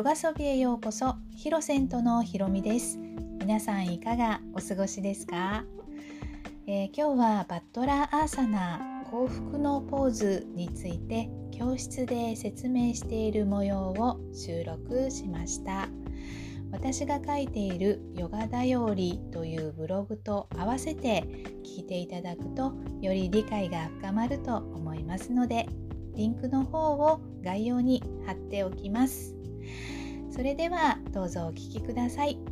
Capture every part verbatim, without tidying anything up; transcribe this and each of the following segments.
ヨガソビへようこそ。ヒロセントのひろみです。皆さんいかがお過ごしですか？えー、今日はバットラーアーサナ幸福のポーズについて教室で説明している模様を収録しました。私が書いているヨガだよりというブログと合わせて聞いていただくとより理解が深まると思いますので、リンクの方を概要に貼っておきます。それではどうぞお聞きください。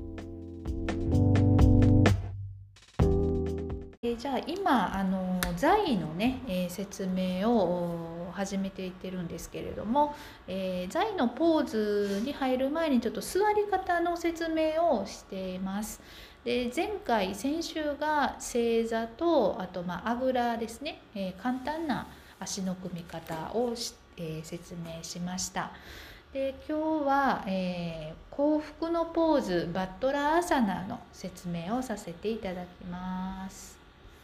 えー、じゃあ今あの座位のね、えー、説明を始めていってるんですけれども、えー、座位のポーズに入る前にちょっと座り方の説明をしています。で前回先週が正座とあとまああぐらですね、えー、簡単な足の組み方をし、えー、説明しました。で今日は、えー、幸福のポーズバットラーアサナの説明をさせていただきます。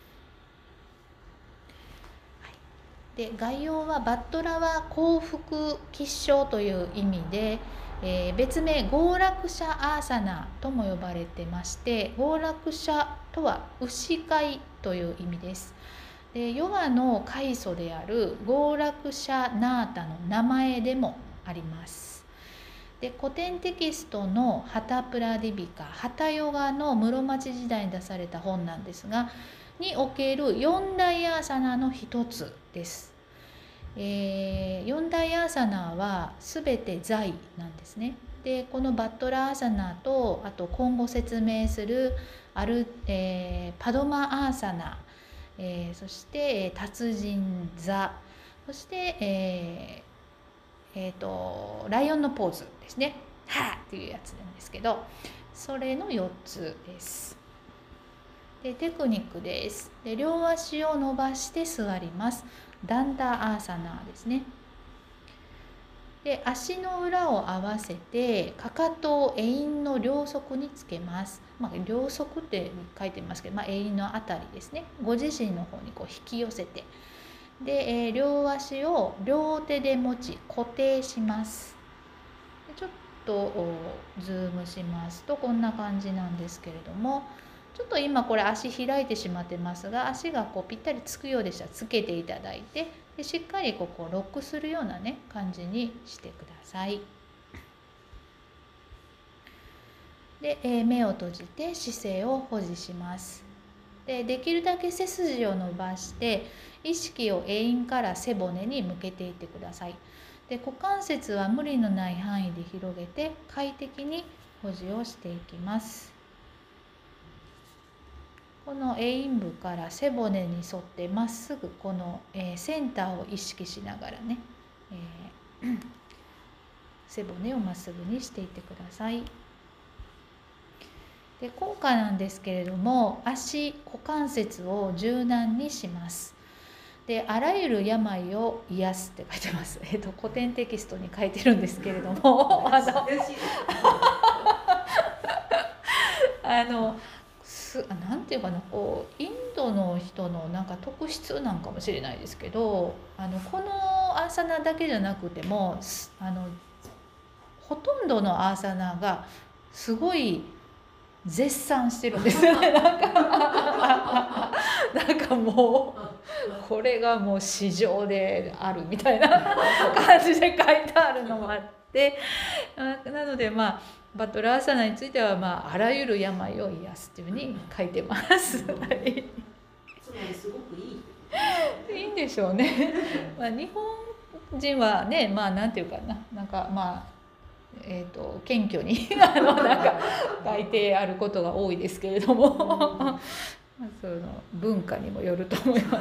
はい、で概要はバットラは幸福吉祥という意味で、えー、別名豪楽者アーサナとも呼ばれてまして、豪楽者とは牛飼いという意味です。でヨガの開祖である豪楽者ナータの名前でもあります。で古典テキストのハタプラディビカ、ハタヨガの室町時代に出された本なんですが、における四大アーサナの一つです。えー、四大アーサナはすべて座位なんですね。でこのバットラーアーサナと、あと今後説明するアル、えー、パドマアーサナ、えー、そして達人座、そして、えーえー、とライオンのポーズですね、はーっていうやつなんですけど、それのよっつです。でテクニックです。で両足を伸ばして座ります。ダンダアーサナですね。で足の裏を合わせてかかとを会陰の両側につけます。まあ、両側って書いてますけど、まあ、会陰のあたりですね。ご自身の方にこう引き寄せて、で、えー、両足を両手で持ち固定します。でちょっとズームしますとこんな感じなんですけれども、ちょっと今これ足開いてしまってますが、足がこうぴったりつくようでしたらつけていただいて、でしっかりここロックするようなね感じにしてください。で、えー、目を閉じて姿勢を保持します。でできるだけ背筋を伸ばして意識を会陰から背骨に向けていってください。で股関節は無理のない範囲で広げて快適に保持をしていきます。この会陰部から背骨に沿ってまっすぐこの、えー、センターを意識しながらね、えー、背骨をまっすぐにしていってください。で効果なんですけれども、足股関節を柔軟にします。であらゆる病を癒すって書いてます。えっと古典テキストに書いてるんですけれどもあのあのなんていうかな、こうインドの人のなんか特質なんかもしれないですけど、あのこのアーサナだけじゃなくてもあのほとんどのアーサナがすごい絶賛してるんですよね。なんかなんかもうこれがもう市場であるみたいな感じで書いてあるのもあって、なのでまあバトラーアーサナについては、まあ、あらゆる病を癒すというふうに書いてます。はい、 つまりすごくいい。いいんでしょうね。まあ、日本人はね、まあなんていうかな、なんかまあえーと、謙虚にあのなんか書いてあることが多いですけれどもその文化にもよると思います。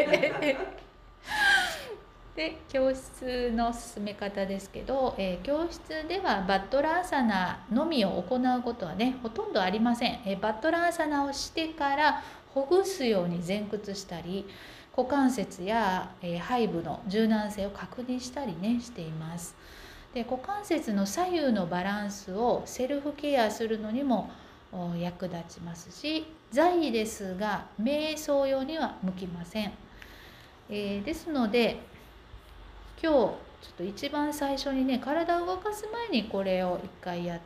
で教室の進め方ですけど、えー、教室ではバットラーアサナのみを行うことはねほとんどありません。えー、バットラーアサナをしてからほぐすように前屈したり股関節や、えー、背部の柔軟性を確認したりねしています。で股関節の左右のバランスをセルフケアするのにも役立ちますし、座位ですが瞑想用には向きません。えー、ですので今日ちょっと一番最初にね、体を動かす前にこれを一回やって、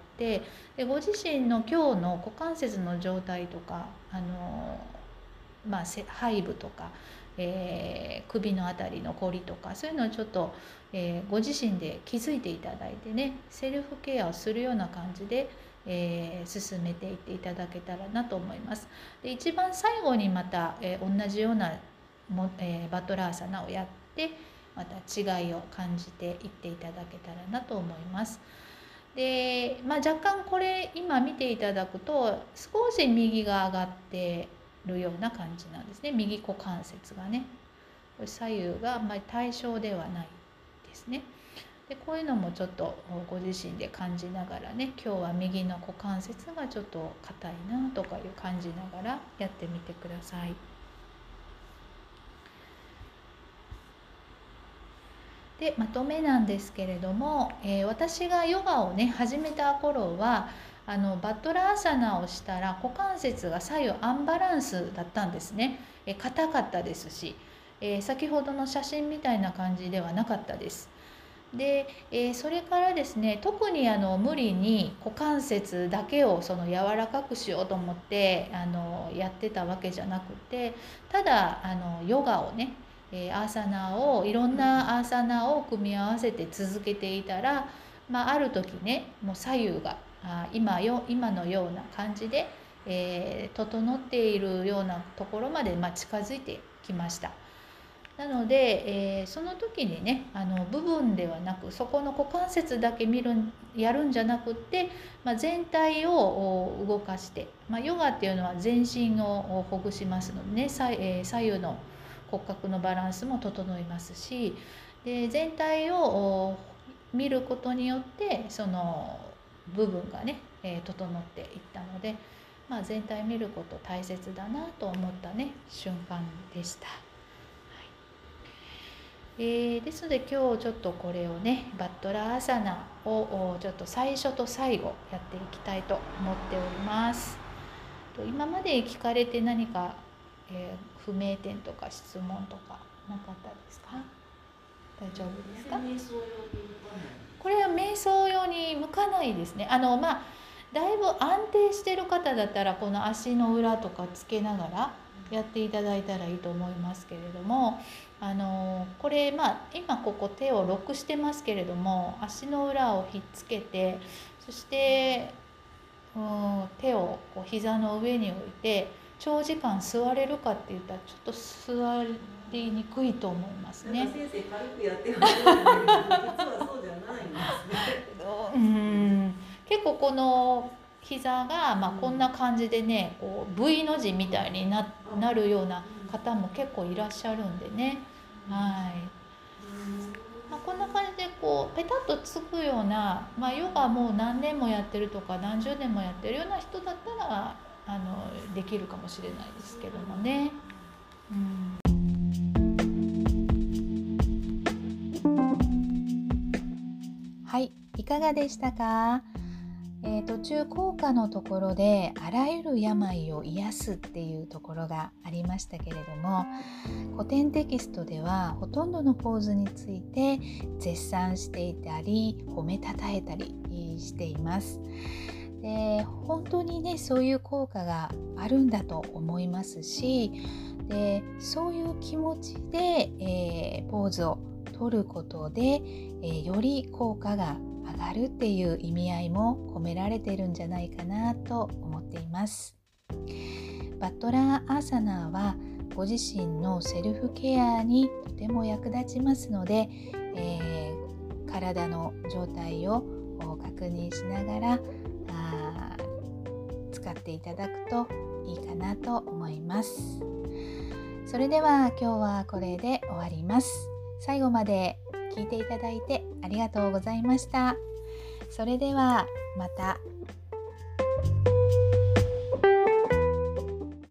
でご自身の今日の股関節の状態とか、あのまあ背部とか、えー、首のあたりのこりとか、そういうのをちょっと、えー、ご自身で気づいていただいてね、セルフケアをするような感じで、えー、進めていっていただけたらなと思います。で一番最後にまた、えー、同じようなも、えー、バトラーサナをやって、また違いを感じていっていただけたらなと思います。で、まあ、若干これ今見ていただくと少し右が上がってるような感じなんですね。右股関節がね、これ左右があんまり対称ではないですね。でこういうのもちょっとご自身で感じながらね、今日は右の股関節がちょっと硬いなとかいう感じながらやってみてください。でまとめなんですけれども、えー、私がヨガをね始めた頃はあのバトラーアサナをしたら股関節が左右アンバランスだったんですね。えー、硬かったですし、えー、先ほどの写真みたいな感じではなかったです。で、えー、それからですね、特にあの無理に股関節だけをその柔らかくしようと思ってあのやってたわけじゃなくて、ただあのヨガをね、えー、アーサナをいろんなアーサナを組み合わせて続けていたら、まあ、ある時ね、もう左右があ 今, よ今のような感じで、えー、整っているようなところまで、まあ、近づいてきました。なので、えー、その時にね、あの部分ではなく、そこの股関節だけ見るやるんじゃなくって、まあ、全体を動かして、まあ、ヨガっていうのは全身をほぐしますのでね、左、えー、左右の骨格のバランスも整いますし、で全体を見ることによってその部分がね、えー、整っていったので、まあ、全体見ること大切だなと思ったね瞬間でした。えー、ですので今日ちょっとこれをね、バットラーアサナをちょっと最初と最後やっていきたいと思っております。今まで聞かれて何か、えー、不明点とか質問とかなかったですか？大丈夫ですか？これは瞑想用に向かないですね。あのまあだいぶ安定してる方だったらこの足の裏とかつけながらやっていただいたらいいと思いますけれども、あのこれまあ今ここ手をロックしてますけれども、足の裏をひっつけて、そしてうん手をこう膝の上に置いて長時間座れるかって言ったらちょっと座りにくいと思いますね。 先生軽くやってますけど、実はそうじゃないんですね。 うん結構この膝がまあこんな感じでね、こう V の字みたいに な, なるような方も結構いらっしゃるんでね、はいまあ、こんな感じでこうペタッとつくような、まあ、ヨガもう何年もやってるとか何十年もやってるような人だったらあのできるかもしれないですけどもね、うん、はい、いかがでしたか？えー、途中効果のところであらゆる病を癒すっていうところがありましたけれども、古典テキストではほとんどのポーズについて絶賛していたり褒めたたえたりしています。で本当にねそういう効果があるんだと思いますし、でそういう気持ちで、えー、ポーズを取ることで、えー、より効果が上がるっていう意味合いも込められているんじゃないかなと思っています。バットラーアーサナはご自身のセルフケアにとても役立ちますので、えー、体の状態を確認しながらあ使っていただくといいかなと思います。それでは今日はこれで終わります。最後まで聞いていただいてありがとうございました。それではまた